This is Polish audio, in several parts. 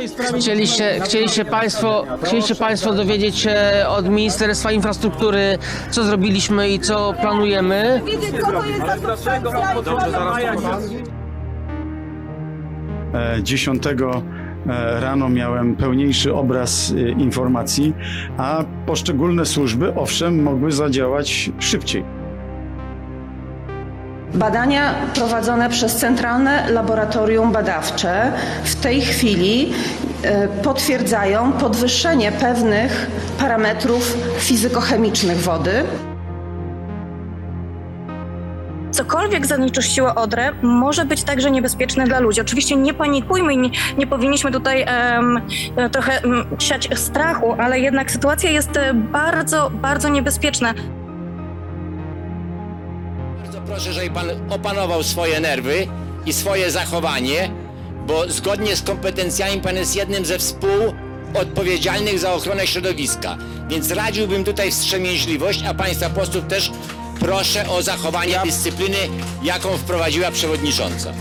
Chcieliście Państwo dowiedzieć się od Ministerstwa Infrastruktury, co zrobiliśmy i co planujemy. Dziesiątego rano miałem pełniejszy obraz informacji, a poszczególne służby, owszem, mogły zadziałać szybciej. Badania prowadzone przez Centralne Laboratorium Badawcze w tej chwili potwierdzają podwyższenie pewnych parametrów fizykochemicznych wody. Cokolwiek zanieczyściło Odrę, może być także niebezpieczne dla ludzi. Oczywiście nie panikujmy i nie powinniśmy tutaj trochę siać strachu, ale jednak sytuacja jest bardzo, bardzo niebezpieczna. Bardzo proszę, żeby pan opanował swoje nerwy i swoje zachowanie, bo zgodnie z kompetencjami pan jest jednym ze współodpowiedzialnych za ochronę środowiska. Więc radziłbym tutaj wstrzemięźliwość, a państwa posłów też proszę o zachowanie dyscypliny, jaką wprowadziła przewodnicząca.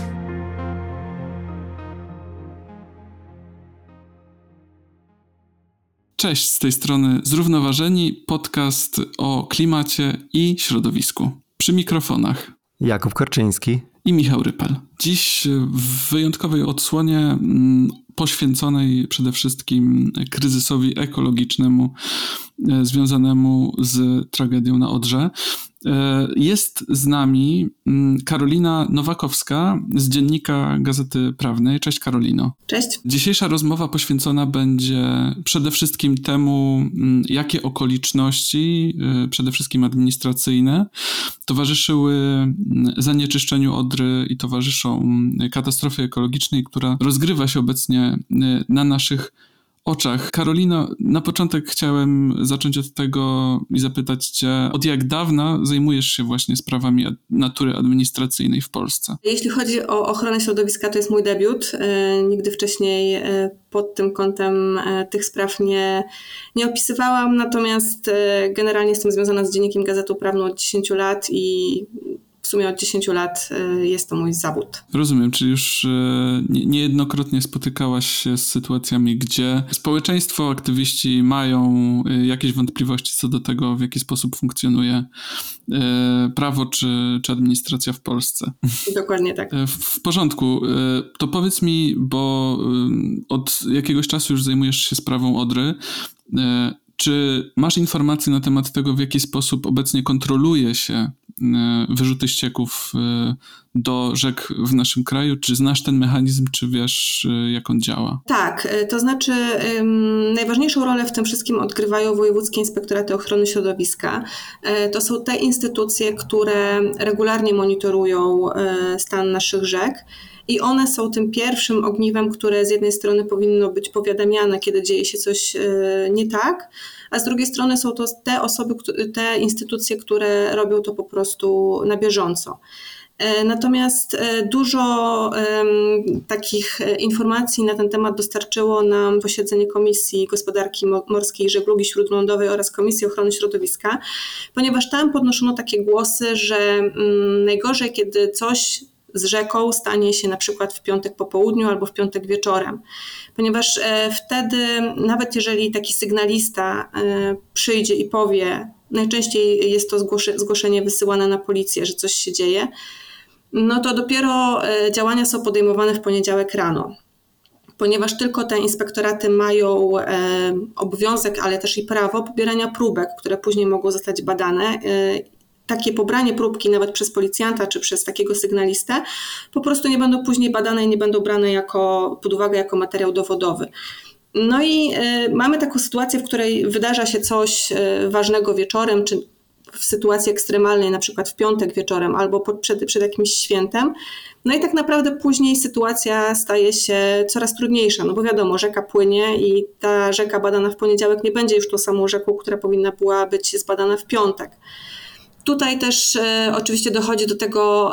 Cześć, z tej strony Zrównoważeni, podcast o klimacie i środowisku. Przy mikrofonach Jakub Korczyński i Michał Rypel. Dziś w wyjątkowej odsłonie poświęconej przede wszystkim kryzysowi ekologicznemu związanemu z tragedią na Odrze. Jest z nami Karolina Nowakowska z Dziennika Gazety Prawnej. Cześć Karolino. Cześć. Dzisiejsza rozmowa poświęcona będzie przede wszystkim temu, jakie okoliczności, przede wszystkim administracyjne, towarzyszyły zanieczyszczeniu Odry i towarzyszą katastrofie ekologicznej, która rozgrywa się obecnie na naszych oczach. Karolino, na początek chciałem zacząć od tego i zapytać Cię, od jak dawna zajmujesz się właśnie sprawami natury administracyjnej w Polsce? Jeśli chodzi o ochronę środowiska, to jest mój debiut. Nigdy wcześniej pod tym kątem tych spraw nie opisywałam, natomiast generalnie jestem związana z Dziennikiem Gazetą Prawną od 10 lat i w sumie od 10 lat jest to mój zawód. Rozumiem, czyli już niejednokrotnie spotykałaś się z sytuacjami, gdzie społeczeństwo, aktywiści mają jakieś wątpliwości co do tego, w jaki sposób funkcjonuje prawo czy administracja w Polsce. Dokładnie tak. W porządku. To powiedz mi, bo od jakiegoś czasu już zajmujesz się sprawą Odry. Czy masz informacje na temat tego, w jaki sposób obecnie kontroluje się wyrzuty ścieków do rzek w naszym kraju? Czy znasz ten mechanizm, czy wiesz, jak on działa? Tak, to znaczy najważniejszą rolę w tym wszystkim odgrywają wojewódzkie inspektoraty ochrony środowiska. To są te instytucje, które regularnie monitorują stan naszych rzek. I one są tym pierwszym ogniwem, które z jednej strony powinno być powiadamiane, kiedy dzieje się coś nie tak, a z drugiej strony są to te osoby, te instytucje, które robią to po prostu na bieżąco. Natomiast dużo takich informacji na ten temat dostarczyło nam posiedzenie Komisji Gospodarki Morskiej i Żeglugi Śródlądowej oraz Komisji Ochrony Środowiska, ponieważ tam podnoszono takie głosy, że najgorzej, kiedy coś z rzeką stanie się na przykład w piątek po południu albo w piątek wieczorem, ponieważ wtedy nawet jeżeli taki sygnalista przyjdzie i powie, najczęściej jest to zgłoszenie wysyłane na policję, że coś się dzieje, no to dopiero działania są podejmowane w poniedziałek rano, ponieważ tylko te inspektoraty mają obowiązek, ale też i prawo pobierania próbek, które później mogą zostać badane. Takie pobranie próbki nawet przez policjanta czy przez takiego sygnalistę po prostu nie będą później badane i nie będą brane pod uwagę jako materiał dowodowy. No i mamy taką sytuację, w której wydarza się coś ważnego wieczorem, czy w sytuacji ekstremalnej, na przykład w piątek wieczorem albo przed jakimś świętem. No i tak naprawdę później sytuacja staje się coraz trudniejsza, no bo wiadomo, rzeka płynie i ta rzeka badana w poniedziałek nie będzie już tą samą rzeką, która powinna była być zbadana w piątek. Tutaj też oczywiście dochodzi do tego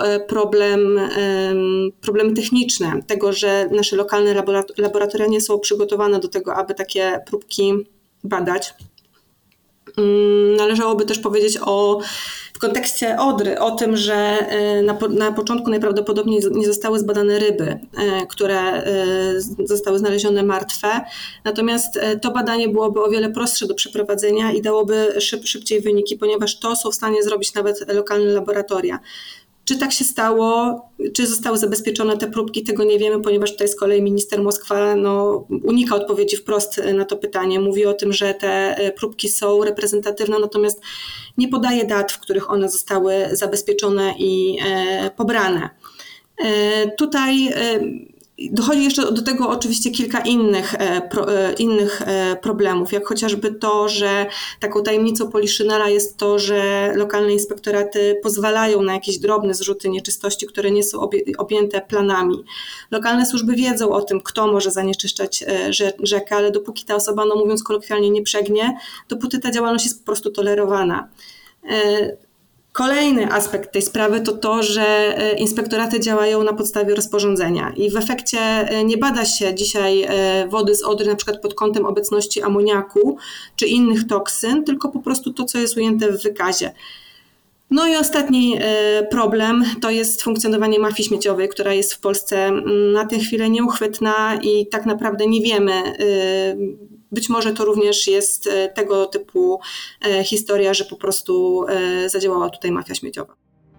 problemy techniczne, tego, że nasze lokalne laboratoria nie są przygotowane do tego, aby takie próbki badać. Należałoby też powiedzieć o kontekście Odry o tym, że na początku najprawdopodobniej nie zostały zbadane ryby, które zostały znalezione martwe. Natomiast to badanie byłoby o wiele prostsze do przeprowadzenia i dałoby szybciej wyniki, ponieważ to są w stanie zrobić nawet lokalne laboratoria. Czy tak się stało, czy zostały zabezpieczone te próbki, tego nie wiemy, ponieważ tutaj z kolei minister Moskwa unika odpowiedzi wprost na to pytanie. Mówi o tym, że te próbki są reprezentatywne, natomiast nie podaje dat, w których one zostały zabezpieczone i pobrane. Tutaj dochodzi jeszcze do tego oczywiście kilka innych problemów, jak chociażby to, że taką tajemnicą Poliszynela jest to, że lokalne inspektoraty pozwalają na jakieś drobne zrzuty nieczystości, które nie są objęte planami. Lokalne służby wiedzą o tym, kto może zanieczyszczać rzekę, ale dopóki ta osoba, mówiąc kolokwialnie, nie przegnie, dopóty ta działalność jest po prostu tolerowana. Kolejny aspekt tej sprawy to to, że inspektoraty działają na podstawie rozporządzenia i w efekcie nie bada się dzisiaj wody z Odry na przykład pod kątem obecności amoniaku czy innych toksyn, tylko po prostu to, co jest ujęte w wykazie. No i ostatni problem to jest funkcjonowanie mafii śmieciowej, która jest w Polsce na tę chwilę nieuchwytna i tak naprawdę nie wiemy. Być może to również jest tego typu historia, że po prostu zadziałała tutaj mafia śmieciowa.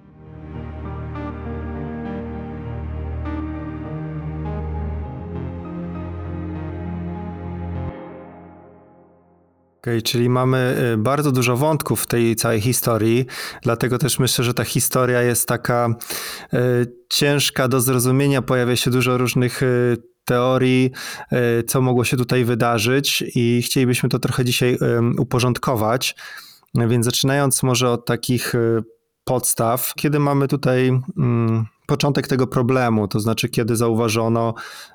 Okej, czyli mamy bardzo dużo wątków w tej całej historii, dlatego też myślę, że ta historia jest taka ciężka do zrozumienia, pojawia się dużo różnych teorii, co mogło się tutaj wydarzyć i chcielibyśmy to trochę dzisiaj uporządkować, więc zaczynając może od takich podstaw, kiedy mamy tutaj początek tego problemu, to znaczy kiedy zauważono,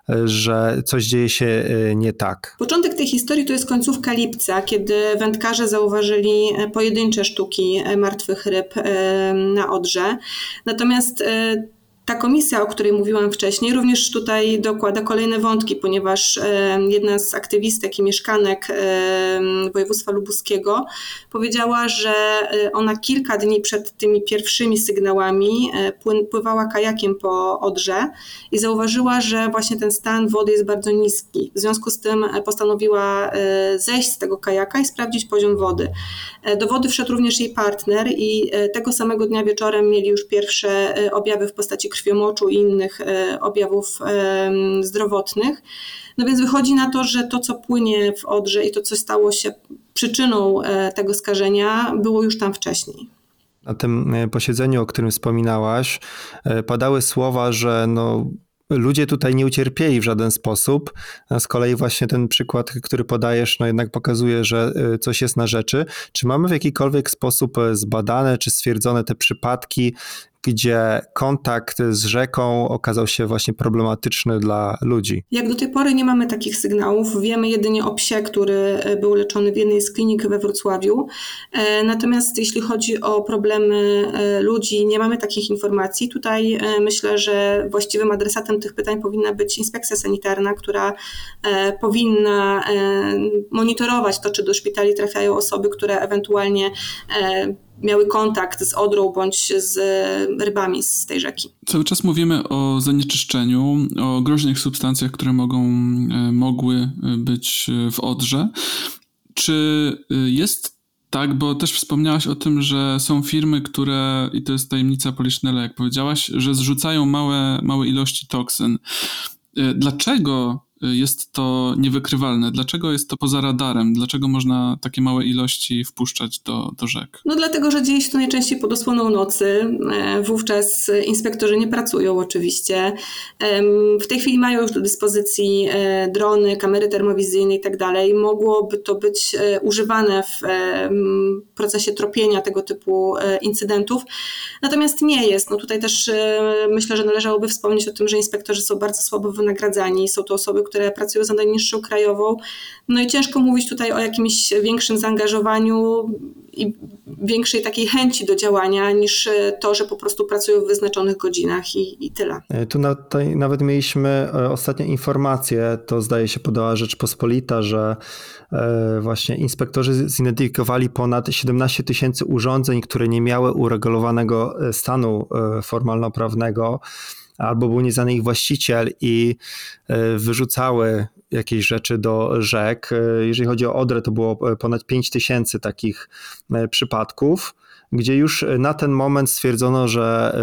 że coś dzieje się nie tak. Początek tej historii to jest końcówka lipca, kiedy wędkarze zauważyli pojedyncze sztuki martwych ryb na Odrze. Natomiast ta komisja, o której mówiłam wcześniej, również tutaj dokłada kolejne wątki, ponieważ jedna z aktywistek i mieszkanek województwa lubuskiego powiedziała, że ona kilka dni przed tymi pierwszymi sygnałami pływała kajakiem po Odrze i zauważyła, że właśnie ten stan wody jest bardzo niski. W związku z tym postanowiła zejść z tego kajaka i sprawdzić poziom wody. Do wody wszedł również jej partner i tego samego dnia wieczorem mieli już pierwsze objawy w postaci krwiomoczu i innych objawów zdrowotnych. No więc wychodzi na to, że to, co płynie w Odrze i to, co stało się przyczyną tego skażenia, było już tam wcześniej. Na tym posiedzeniu, o którym wspominałaś, padały słowa, że ludzie tutaj nie ucierpieli w żaden sposób. A z kolei właśnie ten przykład, który podajesz, jednak pokazuje, że coś jest na rzeczy. Czy mamy w jakikolwiek sposób zbadane czy stwierdzone te przypadki, gdzie kontakt z rzeką okazał się właśnie problematyczny dla ludzi? Jak do tej pory nie mamy takich sygnałów. Wiemy jedynie o psie, który był leczony w jednej z klinik we Wrocławiu. Natomiast jeśli chodzi o problemy ludzi, nie mamy takich informacji. Tutaj myślę, że właściwym adresatem tych pytań powinna być inspekcja sanitarna, która powinna monitorować to, czy do szpitali trafiają osoby, które ewentualnie miały kontakt z Odrą bądź z rybami z tej rzeki. Cały czas mówimy o zanieczyszczeniu, o groźnych substancjach, które mogły być w Odrze. Czy jest tak, bo też wspomniałaś o tym, że są firmy, które, i to jest tajemnica Poliszynela, jak powiedziałaś, że zrzucają małe ilości toksyn. Dlaczego jest to niewykrywalne? Dlaczego jest to poza radarem? Dlaczego można takie małe ilości wpuszczać do rzek? No dlatego, że dzieje się to najczęściej pod osłoną nocy. Wówczas inspektorzy nie pracują oczywiście. W tej chwili mają już do dyspozycji drony, kamery termowizyjne i tak dalej. Mogłoby to być używane w procesie tropienia tego typu incydentów. Natomiast nie jest. Tutaj też myślę, że należałoby wspomnieć o tym, że inspektorzy są bardzo słabo wynagradzani. Są to osoby, które które pracują za najniższą krajową. No i ciężko mówić tutaj o jakimś większym zaangażowaniu i większej takiej chęci do działania niż to, że po prostu pracują w wyznaczonych godzinach i tyle. Tu nawet mieliśmy ostatnio informację, to zdaje się podała Rzeczpospolita, że właśnie inspektorzy zidentyfikowali ponad 17 000 urządzeń, które nie miały uregulowanego stanu formalno-prawnego, albo był nieznany ich właściciel i wyrzucały jakieś rzeczy do rzek. Jeżeli chodzi o Odrę, to było ponad 5000 takich przypadków, gdzie już na ten moment stwierdzono, że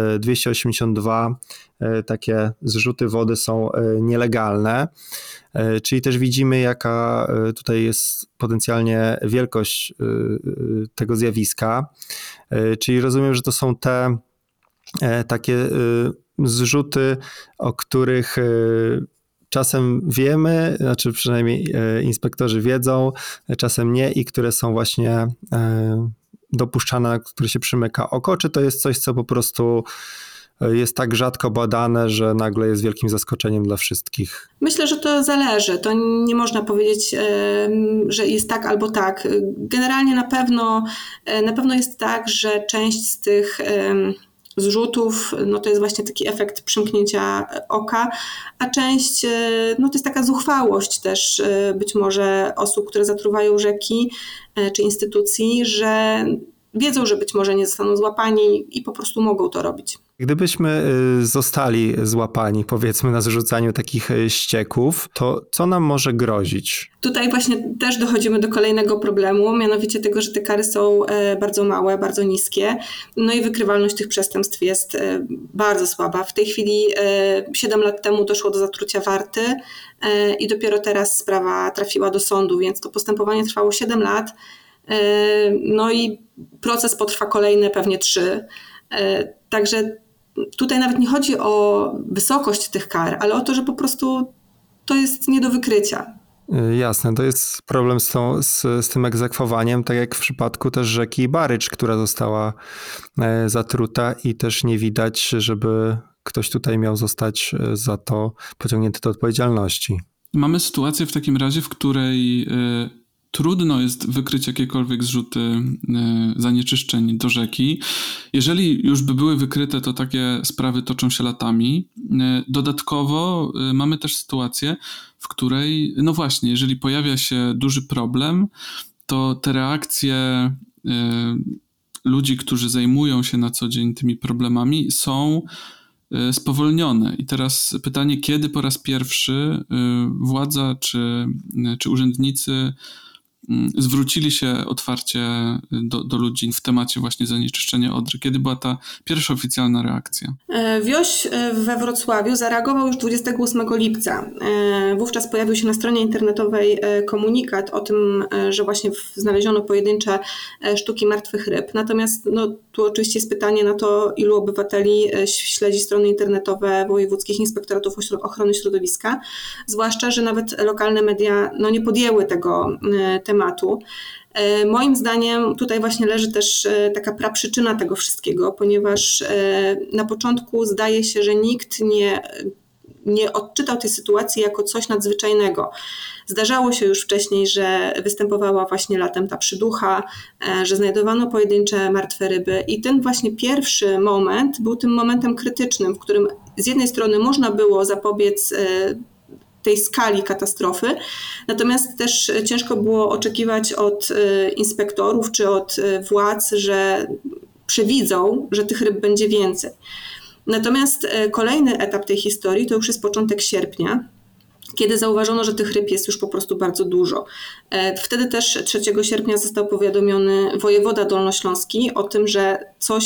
282 takie zrzuty wody są nielegalne. Czyli też widzimy, jaka tutaj jest potencjalnie wielkość tego zjawiska. Czyli rozumiem, że to są te takie zrzuty, o których czasem wiemy, znaczy przynajmniej inspektorzy wiedzą, czasem nie i które są właśnie dopuszczane, na które się przymyka oko, czy to jest coś, co po prostu jest tak rzadko badane, że nagle jest wielkim zaskoczeniem dla wszystkich? Myślę, że to zależy. To nie można powiedzieć, że jest tak albo tak. Generalnie na pewno jest tak, że część z tych zrzutów, no to jest właśnie taki efekt przymknięcia oka, a część, no to jest taka zuchwałość też być może osób, które zatruwają rzeki czy instytucji, że wiedzą, że być może nie zostaną złapani i po prostu mogą to robić. Gdybyśmy zostali złapani, powiedzmy, na zrzucaniu takich ścieków, to co nam może grozić? Tutaj właśnie też dochodzimy do kolejnego problemu, mianowicie tego, że te kary są bardzo małe, bardzo niskie, no i wykrywalność tych przestępstw jest bardzo słaba. W tej chwili 7 lat temu doszło do zatrucia warty i dopiero teraz sprawa trafiła do sądu, więc to postępowanie trwało 7 lat, no i proces potrwa kolejne pewnie 3. Także tutaj nawet nie chodzi o wysokość tych kar, ale o to, że po prostu to jest nie do wykrycia. Jasne, to jest problem z tym egzekwowaniem, tak jak w przypadku też rzeki Barycz, która została zatruta i też nie widać, żeby ktoś tutaj miał zostać za to pociągnięty do odpowiedzialności. Mamy sytuację w takim razie, w której trudno jest wykryć jakiekolwiek zrzuty zanieczyszczeń do rzeki. Jeżeli już by były wykryte, to takie sprawy toczą się latami. Dodatkowo mamy też sytuację, w której, no właśnie, jeżeli pojawia się duży problem, to te reakcje ludzi, którzy zajmują się na co dzień tymi problemami, są spowolnione. I teraz pytanie, kiedy po raz pierwszy władza czy urzędnicy zwrócili się otwarcie do ludzi w temacie właśnie zanieczyszczenia Odry? Kiedy była ta pierwsza oficjalna reakcja? WIOŚ we Wrocławiu zareagował już 28 lipca. Wówczas pojawił się na stronie internetowej komunikat o tym, że właśnie znaleziono pojedyncze sztuki martwych ryb. Natomiast no, tu oczywiście jest pytanie na to, ilu obywateli śledzi strony internetowe wojewódzkich inspektoratów ochrony środowiska, zwłaszcza, że nawet lokalne media no, nie podjęły tego tematu. Moim zdaniem tutaj właśnie leży też taka praprzyczyna tego wszystkiego, ponieważ na początku zdaje się, że nikt nie odczytał tej sytuacji jako coś nadzwyczajnego. Zdarzało się już wcześniej, że występowała właśnie latem ta przyducha, że znajdowano pojedyncze martwe ryby i ten właśnie pierwszy moment był tym momentem krytycznym, w którym z jednej strony można było zapobiec tej skali katastrofy, natomiast też ciężko było oczekiwać od inspektorów czy od władz, że przewidzą, że tych ryb będzie więcej. Natomiast kolejny etap tej historii to już jest początek sierpnia, kiedy zauważono, że tych ryb jest już po prostu bardzo dużo. Wtedy też 3 sierpnia został powiadomiony wojewoda dolnośląski o tym, że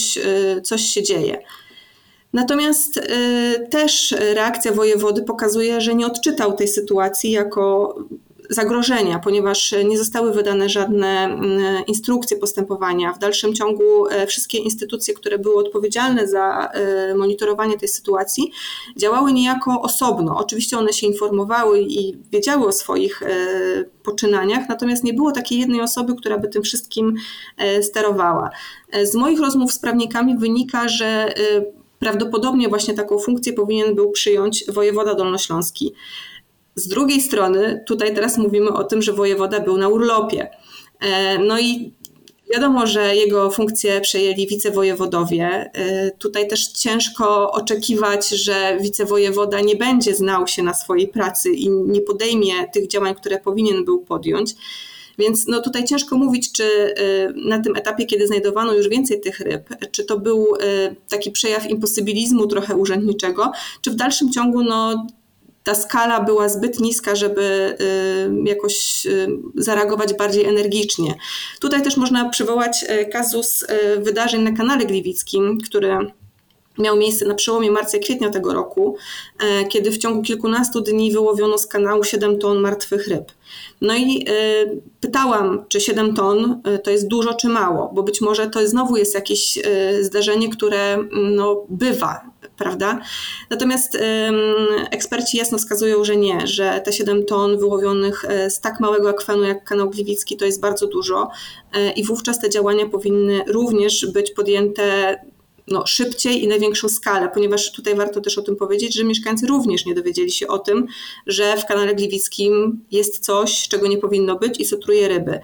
coś się dzieje. Natomiast też reakcja wojewody pokazuje, że nie odczytał tej sytuacji jako zagrożenia, ponieważ nie zostały wydane żadne instrukcje postępowania. W dalszym ciągu wszystkie instytucje, które były odpowiedzialne za monitorowanie tej sytuacji, działały niejako osobno. Oczywiście one się informowały i wiedziały o swoich poczynaniach, natomiast nie było takiej jednej osoby, która by tym wszystkim sterowała. Z moich rozmów z prawnikami wynika, że prawdopodobnie właśnie taką funkcję powinien był przyjąć wojewoda dolnośląski. Z drugiej strony tutaj teraz mówimy o tym, że wojewoda był na urlopie. No i wiadomo, że jego funkcję przejęli wicewojewodowie. Tutaj też ciężko oczekiwać, że wicewojewoda nie będzie znał się na swojej pracy i nie podejmie tych działań, które powinien był podjąć. Więc no tutaj ciężko mówić, czy na tym etapie, kiedy znajdowano już więcej tych ryb, czy to był taki przejaw imposybilizmu trochę urzędniczego, czy w dalszym ciągu ta skala była zbyt niska, żeby jakoś zareagować bardziej energicznie. Tutaj też można przywołać kazus wydarzeń na Kanale Gliwickim, który miał miejsce na przełomie marca i kwietnia tego roku, kiedy w ciągu kilkunastu dni wyłowiono z kanału 7 ton martwych ryb. No i pytałam, czy 7 ton to jest dużo czy mało, bo być może to znowu jest jakieś zdarzenie, które bywa, prawda? Natomiast eksperci jasno wskazują, że nie, że te 7 ton wyłowionych z tak małego akwenu jak Kanał Gliwicki to jest bardzo dużo i wówczas te działania powinny również być podjęte szybciej i na większą skalę, ponieważ tutaj warto też o tym powiedzieć, że mieszkańcy również nie dowiedzieli się o tym, że w Kanale Gliwickim jest coś, czego nie powinno być i co truje ryby.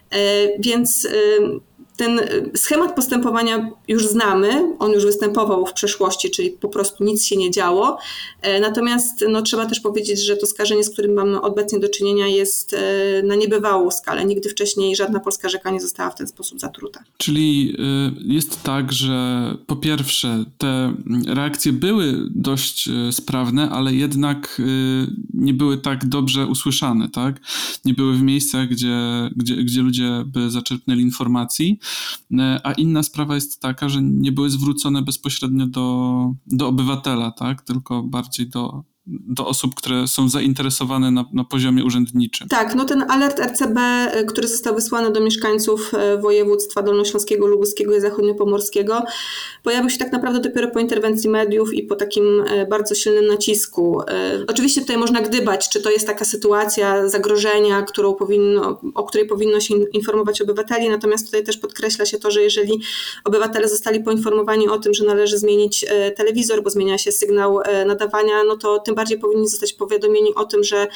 Więc ten schemat postępowania już znamy, on już występował w przeszłości, czyli po prostu nic się nie działo. Natomiast trzeba też powiedzieć, że to skażenie, z którym mamy obecnie do czynienia, jest na niebywałą skalę. Nigdy wcześniej żadna polska rzeka nie została w ten sposób zatruta. Czyli jest tak, że po pierwsze te reakcje były dość sprawne, ale jednak nie były tak dobrze usłyszane, tak? Nie były w miejscach, gdzie ludzie by zaczerpnęli informacji. A inna sprawa jest taka, że nie były zwrócone bezpośrednio do obywatela, tak? Tylko bardziej do osób, które są zainteresowane na poziomie urzędniczym. Tak, ten alert RCB, który został wysłany do mieszkańców województwa dolnośląskiego, lubuskiego i zachodniopomorskiego, pojawił się tak naprawdę dopiero po interwencji mediów i po takim bardzo silnym nacisku. Oczywiście tutaj można gdybać, czy to jest taka sytuacja zagrożenia, o której powinno się informować obywateli, natomiast tutaj też podkreśla się to, że jeżeli obywatele zostali poinformowani o tym, że należy zmienić telewizor, bo zmienia się sygnał nadawania, to tym bardziej powinni zostać powiadomieni o tym, że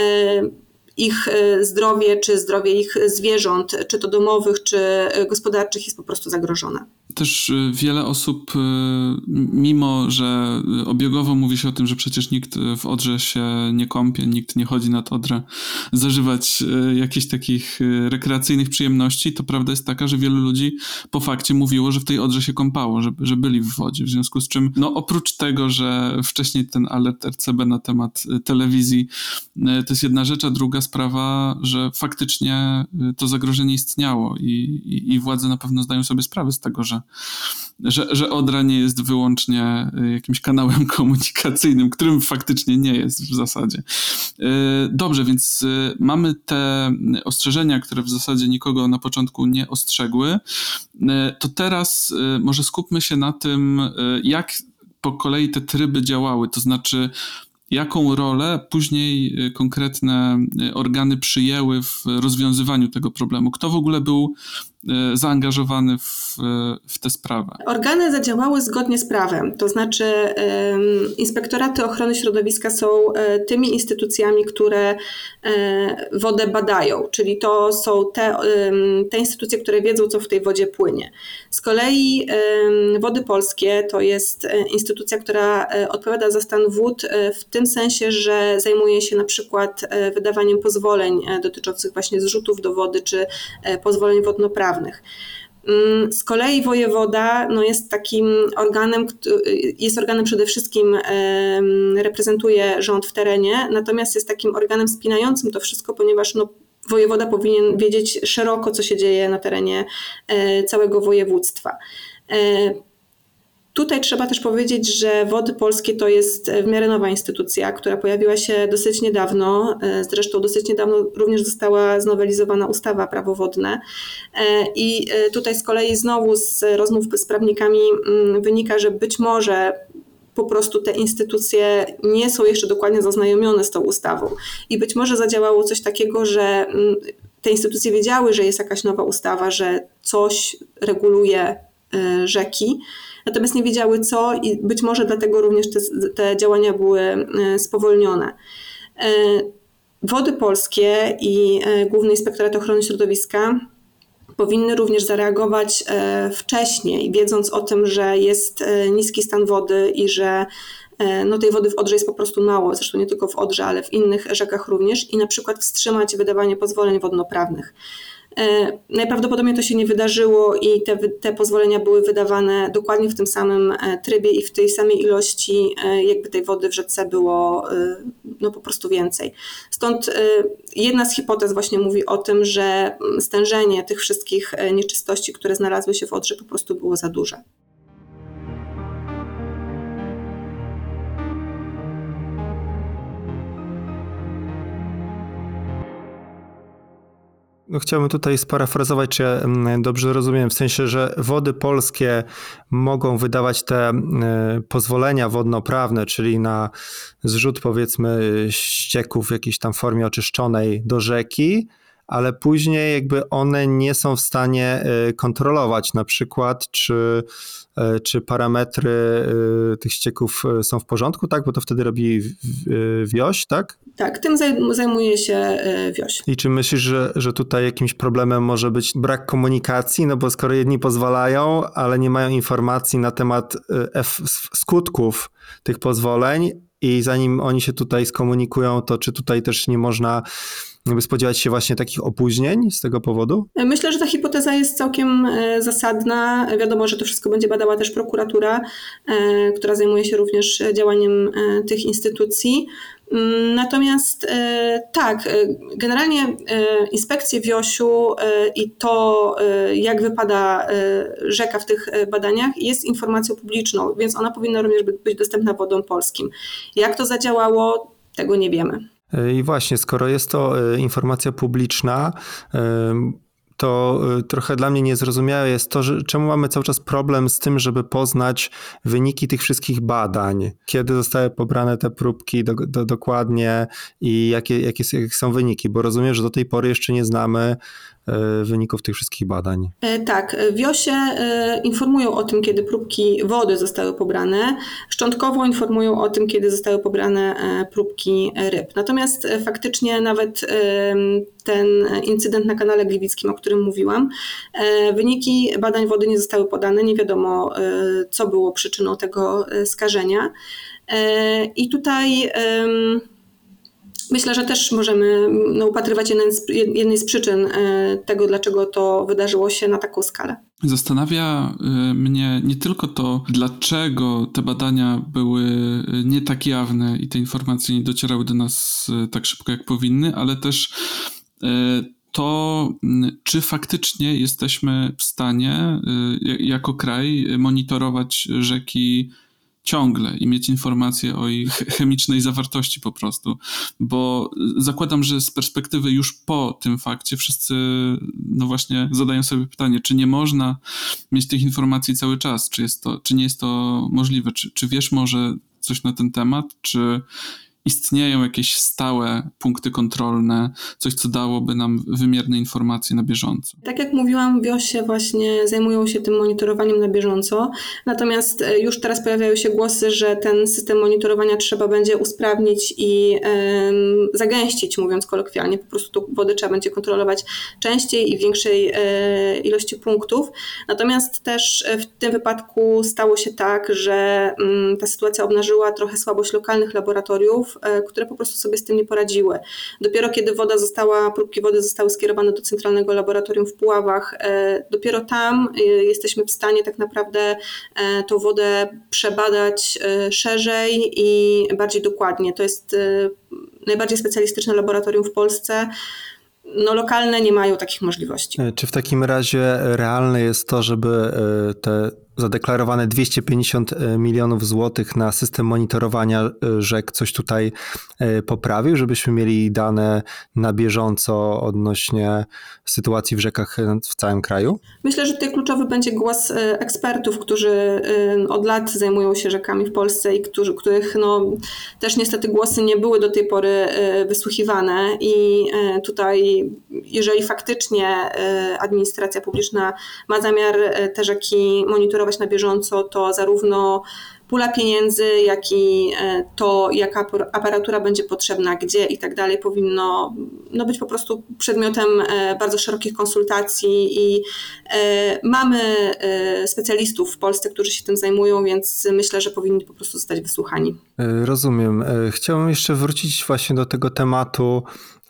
ich zdrowie, czy zdrowie ich zwierząt, czy to domowych, czy gospodarczych jest po prostu zagrożone. Też wiele osób, mimo że obiegowo mówi się o tym, że przecież nikt w Odrze się nie kąpie, nikt nie chodzi nad Odrę zażywać jakichś takich rekreacyjnych przyjemności, to prawda jest taka, że wielu ludzi po fakcie mówiło, że w tej Odrze się kąpało, że byli w wodzie. W związku z czym, oprócz tego, że wcześniej ten alert RCB na temat telewizji to jest jedna rzecz, a druga sprawa, że faktycznie to zagrożenie istniało i władze na pewno zdają sobie sprawę z tego, że Odra nie jest wyłącznie jakimś kanałem komunikacyjnym, którym faktycznie nie jest w zasadzie. Dobrze, więc mamy te ostrzeżenia, które w zasadzie nikogo na początku nie ostrzegły. To teraz może skupmy się na tym, jak po kolei te tryby działały, to znaczy jaką rolę później konkretne organy przyjęły w rozwiązywaniu tego problemu? Kto w ogóle był zaangażowany w tę sprawę? Organy zadziałały zgodnie z prawem, to znaczy inspektoraty ochrony środowiska są tymi instytucjami, które wodę badają, czyli to są te instytucje, które wiedzą, co w tej wodzie płynie. Z kolei Wody Polskie to jest instytucja, która odpowiada za stan wód w tym sensie, że zajmuje się na przykład wydawaniem pozwoleń dotyczących właśnie zrzutów do wody czy pozwoleń wodnoprawnych. Z kolei wojewoda jest takim organem, jest organem przede wszystkim, reprezentuje rząd w terenie, natomiast jest takim organem spinającym to wszystko, ponieważ wojewoda powinien wiedzieć szeroko, co się dzieje na terenie całego województwa. Tutaj trzeba też powiedzieć, że Wody Polskie to jest w miarę nowa instytucja, która pojawiła się dosyć niedawno. Zresztą dosyć niedawno również została znowelizowana ustawa Prawo wodne. I tutaj z kolei znowu z rozmów z prawnikami wynika, że być może po prostu te instytucje nie są jeszcze dokładnie zaznajomione z tą ustawą. I być może zadziałało coś takiego, że te instytucje wiedziały, że jest jakaś nowa ustawa, że coś reguluje rzeki, natomiast nie wiedziały co i być może dlatego również te działania były spowolnione. Wody Polskie i Główny Inspektorat Ochrony Środowiska powinny również zareagować wcześniej, wiedząc o tym, że jest niski stan wody i że tej wody w Odrze jest po prostu mało, zresztą nie tylko w Odrze, ale w innych rzekach również, i na przykład wstrzymać wydawanie pozwoleń wodnoprawnych. Najprawdopodobniej to się nie wydarzyło i te pozwolenia były wydawane dokładnie w tym samym trybie i w tej samej ilości, jakby tej wody w rzece było po prostu więcej. Stąd jedna z hipotez właśnie mówi o tym, że stężenie tych wszystkich nieczystości, które znalazły się w Odrze, po prostu było za duże. Chciałbym tutaj sparafrazować, czy ja dobrze rozumiem, w sensie, że Wody Polskie mogą wydawać te pozwolenia wodnoprawne, czyli na zrzut, powiedzmy, ścieków w jakiejś tam formie oczyszczonej do rzeki, ale później jakby one nie są w stanie kontrolować na przykład, czy parametry tych ścieków są w porządku, tak? Bo to wtedy robi WIOŚ, tak? Tak, tym zajmuje się WIOŚ. I czy myślisz, że tutaj jakimś problemem może być brak komunikacji? No bo skoro jedni pozwalają, ale nie mają informacji na temat skutków tych pozwoleń i zanim oni się tutaj skomunikują, to czy tutaj też nie można spodziewać się właśnie takich opóźnień z tego powodu? Myślę, że ta hipoteza jest całkiem zasadna. Wiadomo, że to wszystko będzie badała też prokuratura, która zajmuje się również działaniem tych instytucji. Natomiast tak, generalnie inspekcje WIOŚ-u i to, jak wypada rzeka w tych badaniach, jest informacją publiczną, więc ona powinna również być dostępna Wodom Polskim. Jak to zadziałało, tego nie wiemy. I właśnie, skoro jest to informacja publiczna, to trochę dla mnie niezrozumiałe jest to, że czemu mamy cały czas problem z tym, żeby poznać wyniki tych wszystkich badań. Kiedy zostały pobrane te próbki dokładnie i jakie są wyniki, bo rozumiem, że do tej pory jeszcze nie znamy wyników tych wszystkich badań. Tak, WIOŚ-ie informują o tym, kiedy próbki wody zostały pobrane. Szczątkowo informują o tym, kiedy zostały pobrane próbki ryb. Natomiast faktycznie nawet ten incydent na kanale Gliwickim, o którym mówiłam, wyniki badań wody nie zostały podane. Nie wiadomo, co było przyczyną tego skażenia. I tutaj myślę, że też możemy upatrywać jednej z przyczyn tego, dlaczego to wydarzyło się na taką skalę. Zastanawia mnie nie tylko to, dlaczego te badania były nie tak jawne i te informacje nie docierały do nas tak szybko, jak powinny, ale też to, czy faktycznie jesteśmy w stanie jako kraj monitorować rzeki ciągle i mieć informacje o ich chemicznej zawartości po prostu, bo zakładam, że z perspektywy już po tym fakcie wszyscy właśnie zadają sobie pytanie, czy nie można mieć tych informacji cały czas, czy nie jest to możliwe, czy wiesz może coś na ten temat, czy istnieją jakieś stałe punkty kontrolne, coś, co dałoby nam wymierne informacje na bieżąco? Tak jak mówiłam, WIOŚ właśnie zajmują się tym monitorowaniem na bieżąco, natomiast już teraz pojawiają się głosy, że ten system monitorowania trzeba będzie usprawnić i zagęścić, mówiąc kolokwialnie. Po prostu tą wodę trzeba będzie kontrolować częściej i w większej ilości punktów. Natomiast też w tym wypadku stało się tak, że ta sytuacja obnażyła trochę słabość lokalnych laboratoriów, które po prostu sobie z tym nie poradziły. Dopiero kiedy próbki wody zostały skierowane do Centralnego Laboratorium w Puławach, dopiero tam jesteśmy w stanie tak naprawdę tą wodę przebadać szerzej i bardziej dokładnie. To jest najbardziej specjalistyczne laboratorium w Polsce. Lokalne nie mają takich możliwości. Czy w takim razie realne jest to, żeby te zadeklarowane 250 milionów złotych na system monitorowania rzek coś tutaj poprawił, żebyśmy mieli dane na bieżąco odnośnie sytuacji w rzekach w całym kraju? Myślę, że tutaj kluczowy będzie głos ekspertów, którzy od lat zajmują się rzekami w Polsce i których też niestety głosy nie były do tej pory wysłuchiwane i tutaj, jeżeli faktycznie administracja publiczna ma zamiar te rzeki monitorować monitorować na bieżąco, to zarówno pula pieniędzy, jak i to, jaka aparatura będzie potrzebna, gdzie i tak dalej, powinno być po prostu przedmiotem bardzo szerokich konsultacji i mamy specjalistów w Polsce, którzy się tym zajmują, więc myślę, że powinni po prostu zostać wysłuchani. Rozumiem. Chciałbym jeszcze wrócić właśnie do tego tematu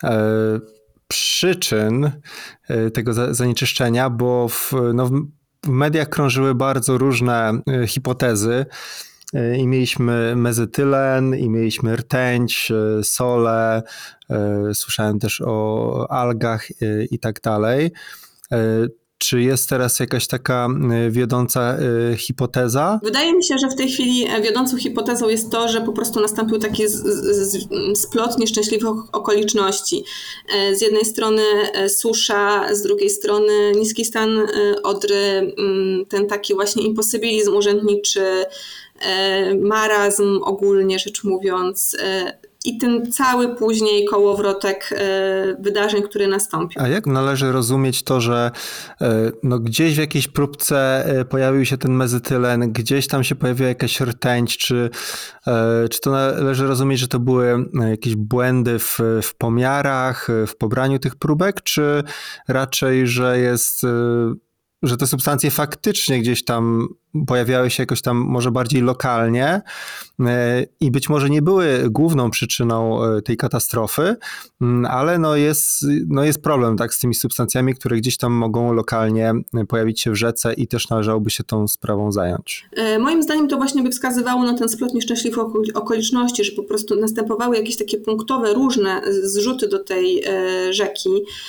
przyczyn tego zanieczyszczenia, bo w mediach krążyły bardzo różne hipotezy i mieliśmy mezytylen, i mieliśmy rtęć, sole, słyszałem też o algach i tak dalej. Czy jest teraz jakaś taka wiodąca hipoteza? Wydaje mi się, że w tej chwili wiodącą hipotezą jest to, że po prostu nastąpił taki splot nieszczęśliwych okoliczności. Z jednej strony susza, z drugiej strony niski stan Odry, ten taki właśnie imposybilizm urzędniczy, marazm ogólnie rzecz mówiąc, i ten cały później kołowrotek wydarzeń, który nastąpił. A jak należy rozumieć to, że gdzieś w jakiejś próbce pojawił się ten mezytylen, gdzieś tam się pojawiła jakaś rtęć, czy to należy rozumieć, że to były jakieś błędy w pomiarach, w pobraniu tych próbek, czy raczej, że te substancje faktycznie gdzieś tam pojawiały się jakoś tam może bardziej lokalnie i być może nie były główną przyczyną tej katastrofy, ale jest problem tak z tymi substancjami, które gdzieś tam mogą lokalnie pojawić się w rzece i też należałoby się tą sprawą zająć. Moim zdaniem to właśnie by wskazywało na ten splot nieszczęśliwych okoliczności, że po prostu następowały jakieś takie punktowe, różne zrzuty do tej rzeki.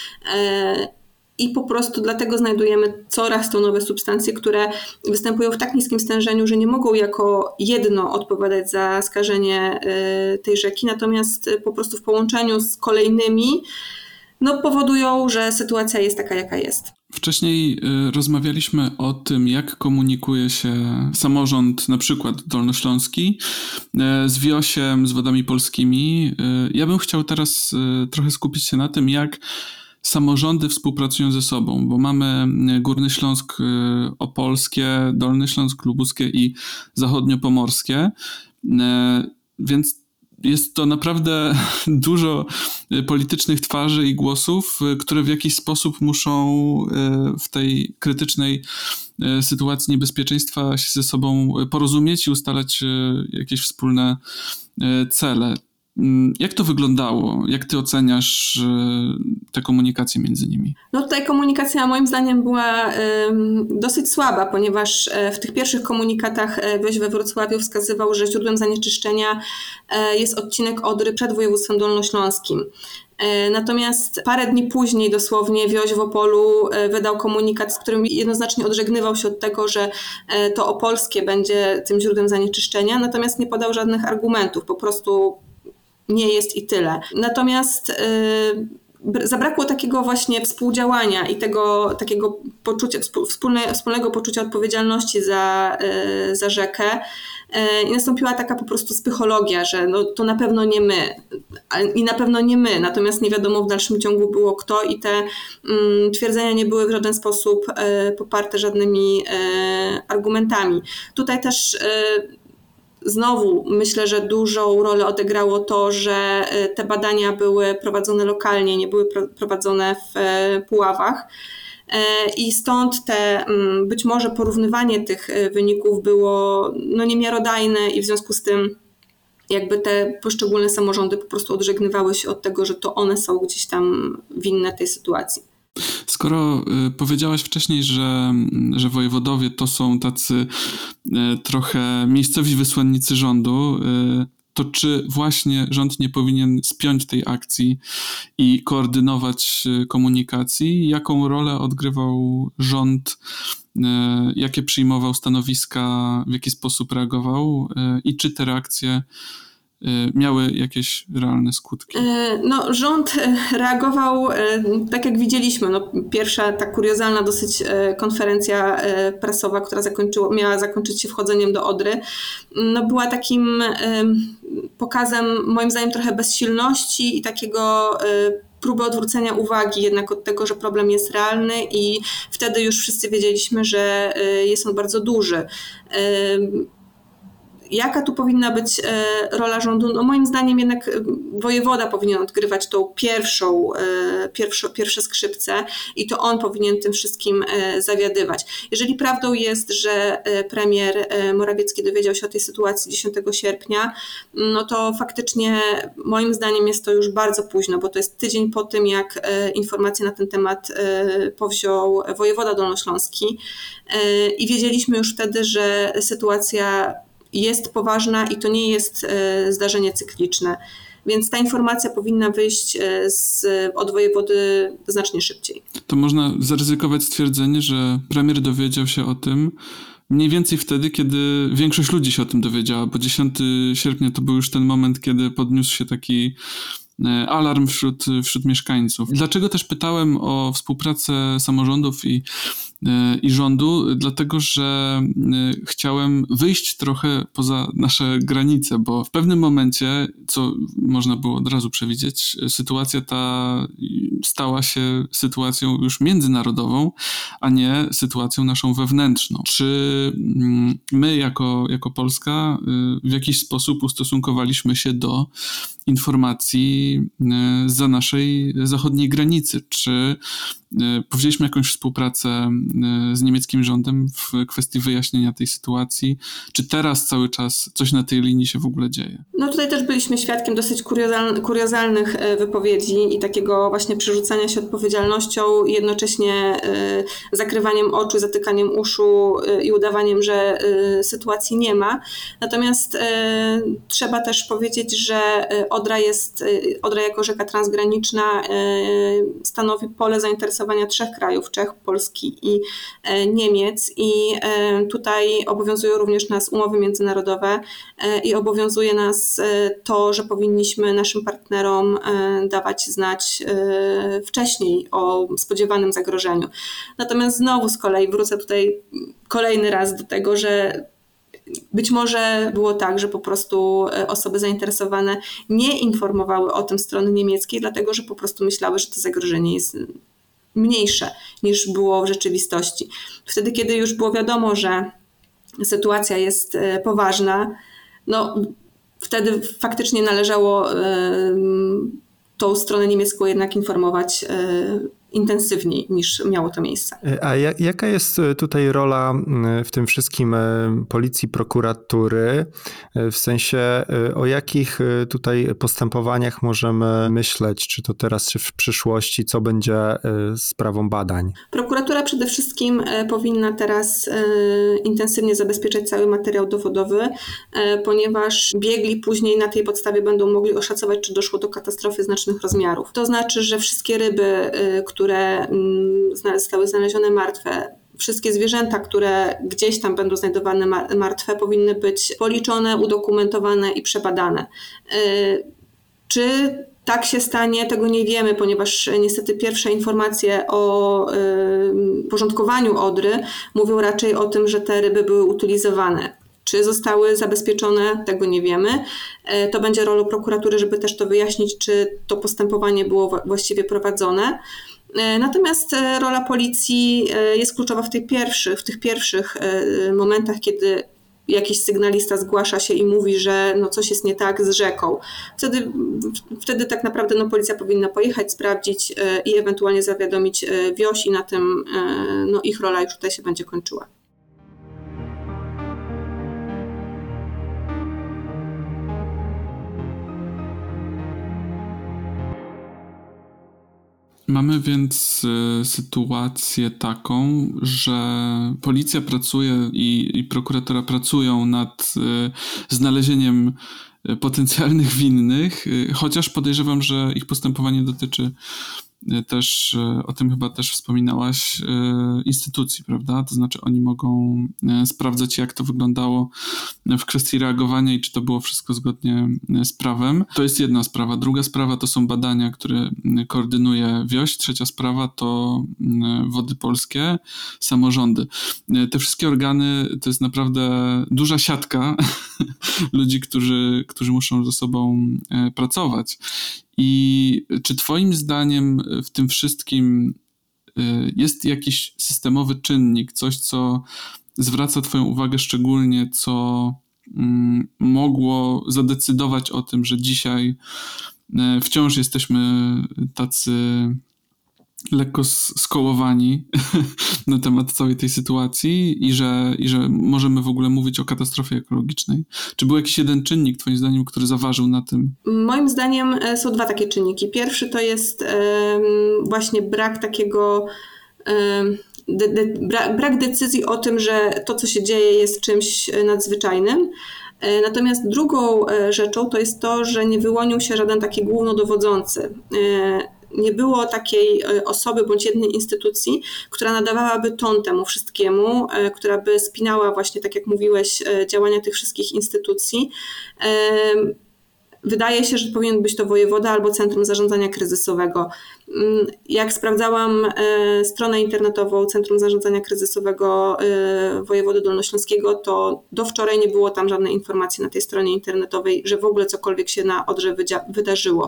I po prostu dlatego znajdujemy coraz to nowe substancje, które występują w tak niskim stężeniu, że nie mogą jako jedno odpowiadać za skażenie tej rzeki, natomiast po prostu w połączeniu z kolejnymi powodują, że sytuacja jest taka, jaka jest. Wcześniej rozmawialiśmy o tym, jak komunikuje się samorząd, na przykład dolnośląski, z WIOŚ-em, z Wodami Polskimi. Ja bym chciał teraz trochę skupić się na tym, jak samorządy współpracują ze sobą, bo mamy Górny Śląsk Opolskie, Dolny Śląsk Lubuskie i Zachodniopomorskie, więc jest to naprawdę dużo politycznych twarzy i głosów, które w jakiś sposób muszą w tej krytycznej sytuacji niebezpieczeństwa się ze sobą porozumieć i ustalać jakieś wspólne cele. Jak to wyglądało? Jak ty oceniasz tę komunikację między nimi? Tutaj komunikacja moim zdaniem była dosyć słaba, ponieważ w tych pierwszych komunikatach WIOŚ we Wrocławiu wskazywał, że źródłem zanieczyszczenia jest odcinek Odry przed województwem dolnośląskim. Natomiast parę dni później dosłownie WIOŚ w Opolu wydał komunikat, w którym jednoznacznie odżegnywał się od tego, że to opolskie będzie tym źródłem zanieczyszczenia, natomiast nie podał żadnych argumentów, po prostu nie jest i tyle. Natomiast zabrakło takiego właśnie współdziałania i tego takiego poczucia, wspólnego poczucia odpowiedzialności za rzekę. I nastąpiła taka po prostu psychologia, że to na pewno nie my i na pewno nie my, natomiast nie wiadomo w dalszym ciągu było kto i te twierdzenia nie były w żaden sposób poparte żadnymi argumentami. Tutaj też znowu myślę, że dużą rolę odegrało to, że te badania były prowadzone lokalnie, nie były prowadzone w Puławach i stąd być może porównywanie tych wyników było niemiarodajne i w związku z tym jakby te poszczególne samorządy po prostu odżegnywały się od tego, że to one są gdzieś tam winne tej sytuacji. Skoro powiedziałaś wcześniej, że wojewodowie to są tacy trochę miejscowi wysłannicy rządu, to czy właśnie rząd nie powinien spiąć tej akcji i koordynować komunikacji? Jaką rolę odgrywał rząd? Jakie przyjmował stanowiska? W jaki sposób reagował? I czy te reakcje miały jakieś realne skutki? Rząd reagował tak jak widzieliśmy. Pierwsza ta kuriozalna dosyć konferencja prasowa, która miała zakończyć się wchodzeniem do Odry, była takim pokazem moim zdaniem trochę bezsilności i takiego próby odwrócenia uwagi jednak od tego, że problem jest realny i wtedy już wszyscy wiedzieliśmy, że jest on bardzo duży. Jaka tu powinna być rola rządu? No moim zdaniem jednak wojewoda powinien odgrywać tą pierwsze skrzypce i to on powinien tym wszystkim zawiadywać. Jeżeli prawdą jest, że premier Morawiecki dowiedział się o tej sytuacji 10 sierpnia, no to faktycznie moim zdaniem jest to już bardzo późno, bo to jest tydzień po tym, jak informacje na ten temat powziął wojewoda dolnośląski i wiedzieliśmy już wtedy, że sytuacja jest poważna i to nie jest zdarzenie cykliczne. Więc ta informacja powinna wyjść od wojewody znacznie szybciej. To można zaryzykować stwierdzenie, że premier dowiedział się o tym mniej więcej wtedy, kiedy większość ludzi się o tym dowiedziała, bo 10 sierpnia to był już ten moment, kiedy podniósł się taki alarm wśród mieszkańców. Dlaczego też pytałem o współpracę samorządów i rządu? Dlatego, że chciałem wyjść trochę poza nasze granice, bo w pewnym momencie, co można było od razu przewidzieć, sytuacja ta stała się sytuacją już międzynarodową, a nie sytuacją naszą wewnętrzną. Czy my jako Polska w jakiś sposób ustosunkowaliśmy się do informacji zza naszej zachodniej granicy? Czy powzięliśmy jakąś współpracę z niemieckim rządem w kwestii wyjaśnienia tej sytuacji? Czy teraz cały czas coś na tej linii się w ogóle dzieje? No tutaj też byliśmy świadkiem dosyć kuriozalnych wypowiedzi i takiego właśnie przerzucania się odpowiedzialnością, jednocześnie zakrywaniem oczu, zatykaniem uszu i udawaniem, że sytuacji nie ma. Natomiast trzeba też powiedzieć, że Odra jako rzeka transgraniczna stanowi pole zainteresowania 3 krajów, Czech, Polski i Niemiec i tutaj obowiązują również nas umowy międzynarodowe i obowiązuje nas to, że powinniśmy naszym partnerom dawać znać wcześniej o spodziewanym zagrożeniu. Natomiast znowu z kolei wrócę tutaj kolejny raz do tego, że być może było tak, że po prostu osoby zainteresowane nie informowały o tym strony niemieckiej, dlatego że po prostu myślały, że to zagrożenie jest mniejsze niż było w rzeczywistości. Wtedy, kiedy już było wiadomo, że sytuacja jest poważna, no wtedy faktycznie należało tą stronę niemiecką jednak informować intensywniej niż miało to miejsce. A jaka jest tutaj rola w tym wszystkim policji, prokuratury? W sensie o jakich tutaj postępowaniach możemy myśleć, czy to teraz, czy w przyszłości, co będzie sprawą badań? Prokuratura przede wszystkim powinna teraz intensywnie zabezpieczać cały materiał dowodowy, ponieważ biegli później na tej podstawie będą mogli oszacować, czy doszło do katastrofy znacznych rozmiarów. To znaczy, że wszystkie ryby, które zostały znalezione martwe, wszystkie zwierzęta, które gdzieś tam będą znajdowane martwe, powinny być policzone, udokumentowane i przebadane. Czy tak się stanie, tego nie wiemy, ponieważ niestety pierwsze informacje o porządkowaniu Odry mówią raczej o tym, że te ryby były utylizowane. Czy zostały zabezpieczone, tego nie wiemy. To będzie rolą prokuratury, żeby też to wyjaśnić, czy to postępowanie było właściwie prowadzone. Natomiast rola policji jest kluczowa w tych pierwszych momentach, kiedy jakiś sygnalista zgłasza się i mówi, że no coś jest nie tak z rzeką. Wtedy tak naprawdę policja powinna pojechać, sprawdzić i ewentualnie zawiadomić wioś i na tym ich rola już tutaj się będzie kończyła. Mamy więc sytuację taką, że policja pracuje i prokuratura pracują nad znalezieniem potencjalnych winnych, chociaż podejrzewam, że ich postępowanie dotyczy też, o tym chyba też wspominałaś, instytucji, prawda? To znaczy oni mogą sprawdzać, jak to wyglądało w kwestii reagowania i czy to było wszystko zgodnie z prawem. To jest jedna sprawa. Druga sprawa to są badania, które koordynuje wioś. Trzecia sprawa to Wody Polskie, samorządy. Te wszystkie organy to jest naprawdę duża siatka ludzi, którzy muszą ze sobą pracować. I czy twoim zdaniem w tym wszystkim jest jakiś systemowy czynnik, coś, co zwraca twoją uwagę szczególnie, co mogło zadecydować o tym, że dzisiaj wciąż jesteśmy tacy lekko skołowani na temat całej tej sytuacji i że możemy w ogóle mówić o katastrofie ekologicznej? Czy był jakiś jeden czynnik, twoim zdaniem, który zaważył na tym? Moim zdaniem są dwa takie czynniki. Pierwszy to jest właśnie brak takiego brak decyzji o tym, że to, co się dzieje, jest czymś nadzwyczajnym. Natomiast drugą rzeczą to jest to, że nie wyłonił się żaden taki głównodowodzący. Nie było takiej osoby bądź jednej instytucji, która nadawałaby ton temu wszystkiemu, która by spinała właśnie, tak jak mówiłeś, działania tych wszystkich instytucji. Wydaje się, że powinien być to wojewoda albo Centrum Zarządzania Kryzysowego. Jak sprawdzałam stronę internetową Centrum Zarządzania Kryzysowego wojewody dolnośląskiego, to do wczoraj nie było tam żadnej informacji na tej stronie internetowej, że w ogóle cokolwiek się na Odrze wydarzyło.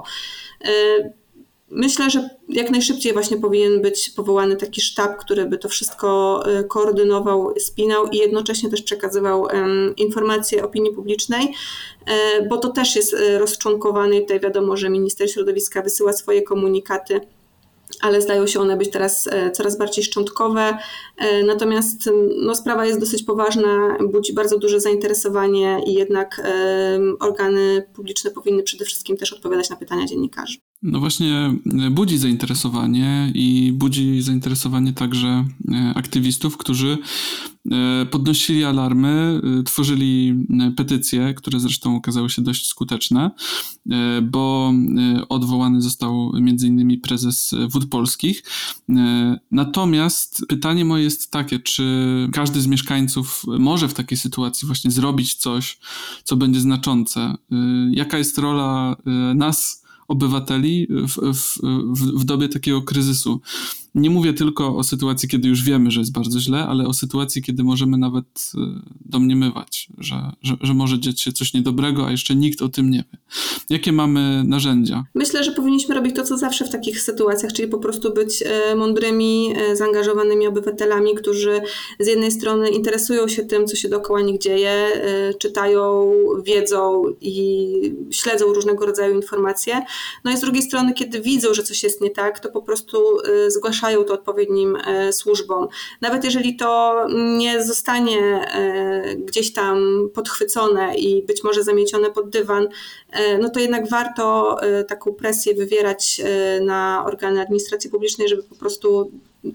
Myślę, że jak najszybciej właśnie powinien być powołany taki sztab, który by to wszystko koordynował, spinał i jednocześnie też przekazywał informacje opinii publicznej, bo to też jest rozczłonkowane i tutaj wiadomo, że minister środowiska wysyła swoje komunikaty, ale zdają się one być teraz coraz bardziej szczątkowe. Natomiast sprawa jest dosyć poważna, budzi bardzo duże zainteresowanie i jednak organy publiczne powinny przede wszystkim też odpowiadać na pytania dziennikarzy. No właśnie budzi zainteresowanie i budzi zainteresowanie także aktywistów, którzy podnosili alarmy, tworzyli petycje, które zresztą okazały się dość skuteczne, bo odwołany został m.in. prezes Wód Polskich. Natomiast pytanie moje jest takie, czy każdy z mieszkańców może w takiej sytuacji właśnie zrobić coś, co będzie znaczące? Jaka jest rola nas, obywateli, w dobie takiego kryzysu? Nie mówię tylko o sytuacji, kiedy już wiemy, że jest bardzo źle, ale o sytuacji, kiedy możemy nawet domniemywać, że może dziać się coś niedobrego, a jeszcze nikt o tym nie wie. Jakie mamy narzędzia? Myślę, że powinniśmy robić to, co zawsze w takich sytuacjach, czyli po prostu być mądrymi, zaangażowanymi obywatelami, którzy z jednej strony interesują się tym, co się dookoła nich dzieje, czytają, wiedzą i śledzą różnego rodzaju informacje. No i z drugiej strony, kiedy widzą, że coś jest nie tak, to po prostu zgłaszają to odpowiednim służbom. Nawet jeżeli to nie zostanie gdzieś tam podchwycone i być może zamiecione pod dywan, no to jednak warto taką presję wywierać na organy administracji publicznej, żeby po prostu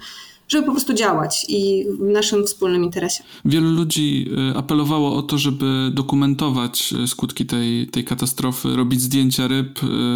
działać i w naszym wspólnym interesie. Wielu ludzi apelowało o to, żeby dokumentować skutki tej katastrofy, robić zdjęcia ryb,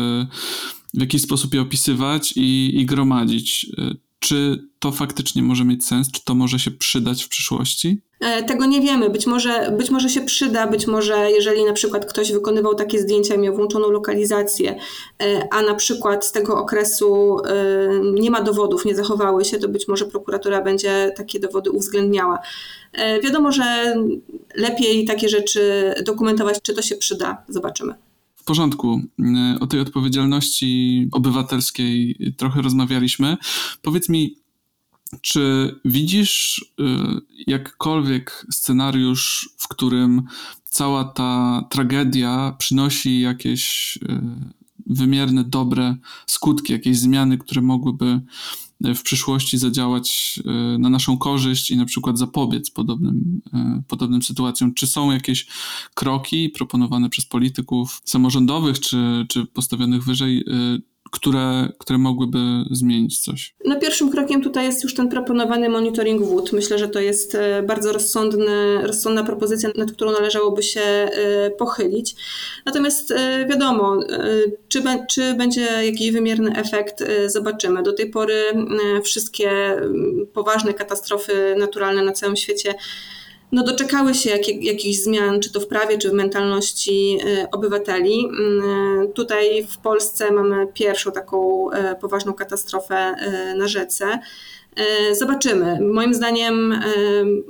w jakiś sposób je opisywać i gromadzić. Czy to faktycznie może mieć sens? Czy to może się przydać w przyszłości? Tego nie wiemy. Być może się przyda, być może jeżeli na przykład ktoś wykonywał takie zdjęcia, miał włączoną lokalizację, a na przykład z tego okresu nie ma dowodów, nie zachowały się, to być może prokuratura będzie takie dowody uwzględniała. Wiadomo, że lepiej takie rzeczy dokumentować, czy to się przyda, zobaczymy. W porządku. O tej odpowiedzialności obywatelskiej trochę rozmawialiśmy. Powiedz mi, czy widzisz jakkolwiek scenariusz, w którym cała ta tragedia przynosi jakieś wymierne, dobre skutki, jakieś zmiany, które mogłyby w przyszłości zadziałać na naszą korzyść i na przykład zapobiec podobnym sytuacjom? Czy są jakieś kroki proponowane przez polityków samorządowych czy postawionych wyżej, które mogłyby zmienić coś? No pierwszym krokiem tutaj jest już ten proponowany monitoring wód. Myślę, że to jest bardzo rozsądna propozycja, nad którą należałoby się pochylić. Natomiast wiadomo, czy będzie jakiś wymierny efekt, zobaczymy. Do tej pory wszystkie poważne katastrofy naturalne na całym świecie doczekały się jakichś zmian, czy to w prawie, czy w mentalności obywateli. Tutaj w Polsce mamy pierwszą taką poważną katastrofę na rzece. Zobaczymy. Moim zdaniem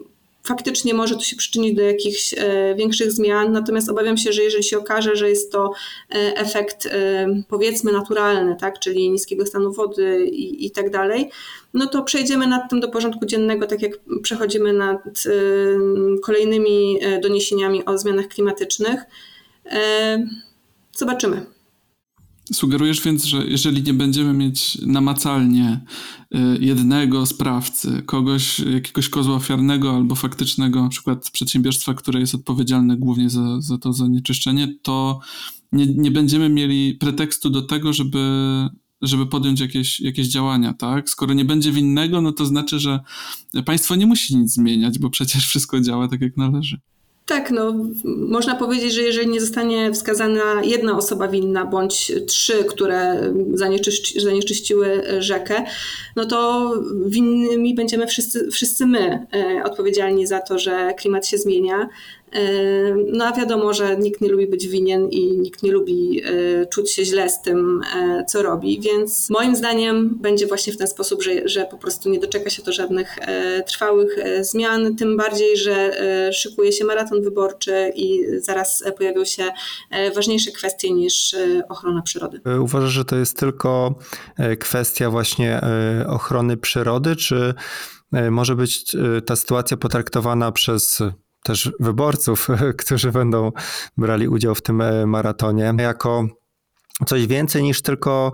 faktycznie może to się przyczynić do jakichś większych zmian, natomiast obawiam się, że jeżeli się okaże, że jest to efekt powiedzmy naturalny, tak, czyli niskiego stanu wody i tak dalej, no to przejdziemy nad tym do porządku dziennego, tak jak przechodzimy nad kolejnymi doniesieniami o zmianach klimatycznych. Zobaczymy. Sugerujesz więc, że jeżeli nie będziemy mieć namacalnie jednego sprawcy, kogoś, jakiegoś kozła ofiarnego albo faktycznego, na przykład przedsiębiorstwa, które jest odpowiedzialne głównie za to zanieczyszczenie, to nie będziemy mieli pretekstu do tego, żeby podjąć jakieś działania, tak? Skoro nie będzie winnego, no to znaczy, że państwo nie musi nic zmieniać, bo przecież wszystko działa tak, jak należy. Tak, no można powiedzieć, że jeżeli nie zostanie wskazana jedna osoba winna, bądź 3, które zanieczyściły rzekę, no to winnymi będziemy wszyscy my odpowiedzialni za to, że klimat się zmienia. No a wiadomo, że nikt nie lubi być winien i nikt nie lubi czuć się źle z tym, co robi, więc moim zdaniem będzie właśnie w ten sposób, że po prostu nie doczeka się to żadnych trwałych zmian, tym bardziej, że szykuje się maraton wyborczy i zaraz pojawią się ważniejsze kwestie niż ochrona przyrody. Uważasz, że to jest tylko kwestia właśnie ochrony przyrody, czy może być ta sytuacja potraktowana przez też wyborców, którzy będą brali udział w tym maratonie, jako coś więcej niż tylko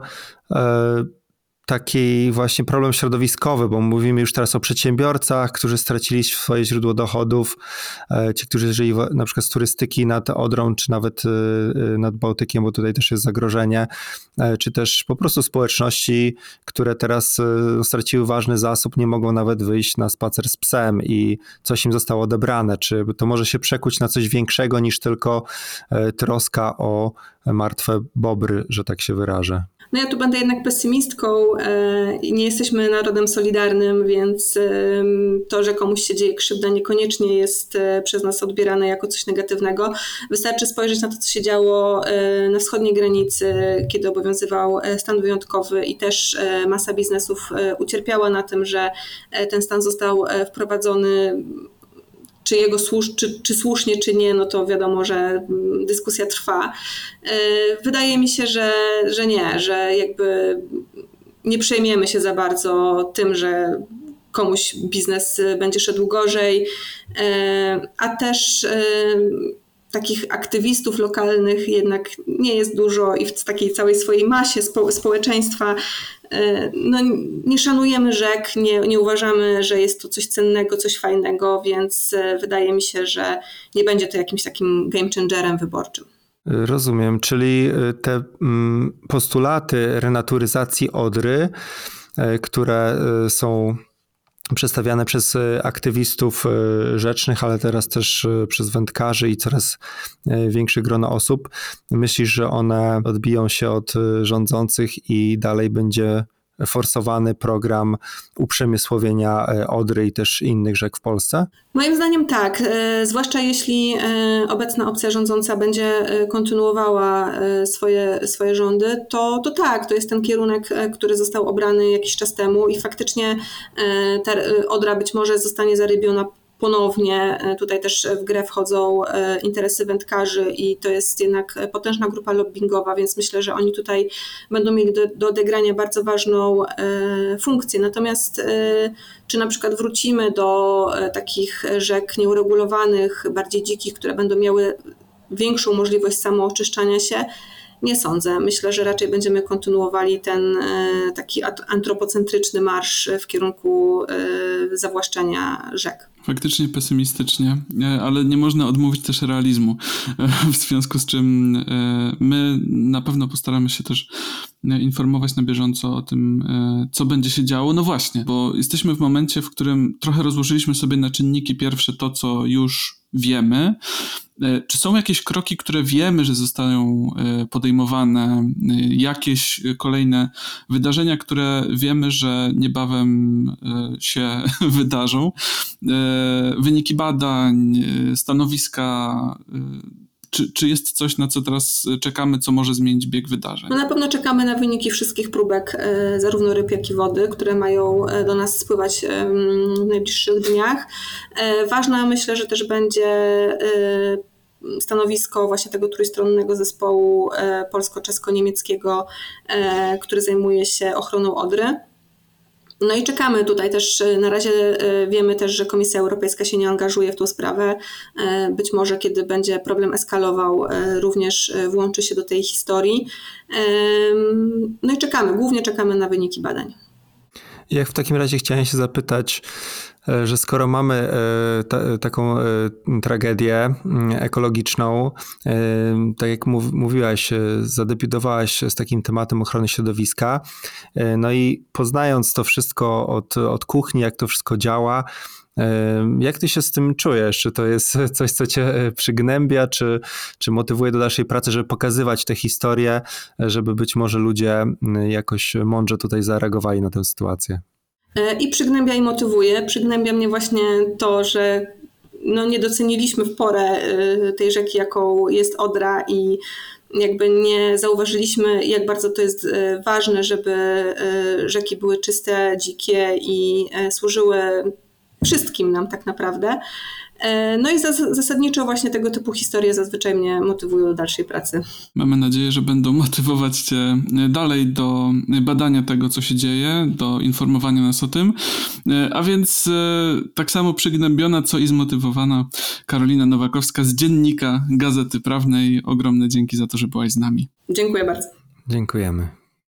taki właśnie problem środowiskowy, bo mówimy już teraz o przedsiębiorcach, którzy stracili swoje źródło dochodów, ci, którzy żyli na przykład z turystyki nad Odrą, czy nawet nad Bałtykiem, bo tutaj też jest zagrożenie, czy też po prostu społeczności, które teraz straciły ważny zasób, nie mogą nawet wyjść na spacer z psem i coś im zostało odebrane. Czy to może się przekuć na coś większego niż tylko troska o martwe bobry, że tak się wyrażę? No ja tu będę jednak pesymistką. Nie jesteśmy narodem solidarnym, więc to, że komuś się dzieje krzywda, niekoniecznie jest przez nas odbierane jako coś negatywnego. Wystarczy spojrzeć na to, co się działo na wschodniej granicy, kiedy obowiązywał stan wyjątkowy i też masa biznesów ucierpiała na tym, że ten stan został wprowadzony. Czy słusznie, czy nie, no to wiadomo, że dyskusja trwa. Wydaje mi się, że nie, że jakby nie przejmiemy się za bardzo tym, że komuś biznes będzie szedł gorzej, a też takich aktywistów lokalnych jednak nie jest dużo i w takiej całej swojej masie społeczeństwa no, nie szanujemy rzek, nie uważamy, że jest to coś cennego, coś fajnego, więc wydaje mi się, że nie będzie to jakimś takim game changerem wyborczym. Rozumiem, czyli te postulaty renaturyzacji Odry, które są przedstawiane przez aktywistów rzecznych, ale teraz też przez wędkarzy i coraz większe grono osób. Myślisz, że one odbiją się od rządzących i dalej będzie forsowany program uprzemysłowienia Odry i też innych rzek w Polsce? Moim zdaniem tak, zwłaszcza jeśli obecna opcja rządząca będzie kontynuowała swoje rządy, to tak, to jest ten kierunek, który został obrany jakiś czas temu i faktycznie ta Odra być może zostanie zarybiona ponownie. Tutaj też w grę wchodzą interesy wędkarzy i to jest jednak potężna grupa lobbingowa, więc myślę, że oni tutaj będą mieli do odegrania bardzo ważną funkcję. Natomiast czy na przykład wrócimy do takich rzek nieuregulowanych, bardziej dzikich, które będą miały większą możliwość samooczyszczania się? Nie sądzę. Myślę, że raczej będziemy kontynuowali ten taki antropocentryczny marsz w kierunku zawłaszczania rzek. Faktycznie pesymistycznie, ale nie można odmówić też realizmu, w związku z czym my na pewno postaramy się też informować na bieżąco o tym, co będzie się działo. No właśnie, bo jesteśmy w momencie, w którym trochę rozłożyliśmy sobie na czynniki pierwsze to, co już wiemy. Czy są jakieś kroki, które wiemy, że zostaną podejmowane, jakieś kolejne wydarzenia, które wiemy, że niebawem się wydarzą? Wyniki badań, stanowiska Czy jest coś, na co teraz czekamy, co może zmienić bieg wydarzeń? No na pewno czekamy na wyniki wszystkich próbek, zarówno ryb, jak i wody, które mają do nas spływać w najbliższych dniach. Ważne, myślę, że też będzie stanowisko właśnie tego trójstronnego zespołu polsko-czesko-niemieckiego, który zajmuje się ochroną Odry. No i czekamy tutaj też, na razie wiemy też, że Komisja Europejska się nie angażuje w tą sprawę. Być może kiedy będzie problem eskalował, również włączy się do tej historii. No i głównie czekamy na wyniki badań. Jak w takim razie chciałem się zapytać, że skoro mamy taką tragedię ekologiczną, tak jak mówiłaś, zadebiutowałaś z takim tematem ochrony środowiska, no i poznając to wszystko od kuchni, jak to wszystko działa, jak ty się z tym czujesz? Czy to jest coś, co cię przygnębia, czy motywuje do dalszej pracy, żeby pokazywać te historie, żeby być może ludzie jakoś mądrze tutaj zareagowali na tę sytuację? I przygnębia, i motywuje. Przygnębia mnie właśnie to, że nie doceniliśmy w porę tej rzeki, jaką jest Odra, i jakby nie zauważyliśmy, jak bardzo to jest ważne, żeby rzeki były czyste, dzikie i służyły wszystkim nam tak naprawdę. No i zasadniczo właśnie tego typu historie zazwyczaj mnie motywują do dalszej pracy. Mamy nadzieję, że będą motywować cię dalej do badania tego, co się dzieje, do informowania nas o tym. A więc tak samo przygnębiona, co i zmotywowana Karolina Nowakowska z Dziennika Gazety Prawnej. Ogromne dzięki za to, że byłaś z nami. Dziękuję bardzo. Dziękujemy.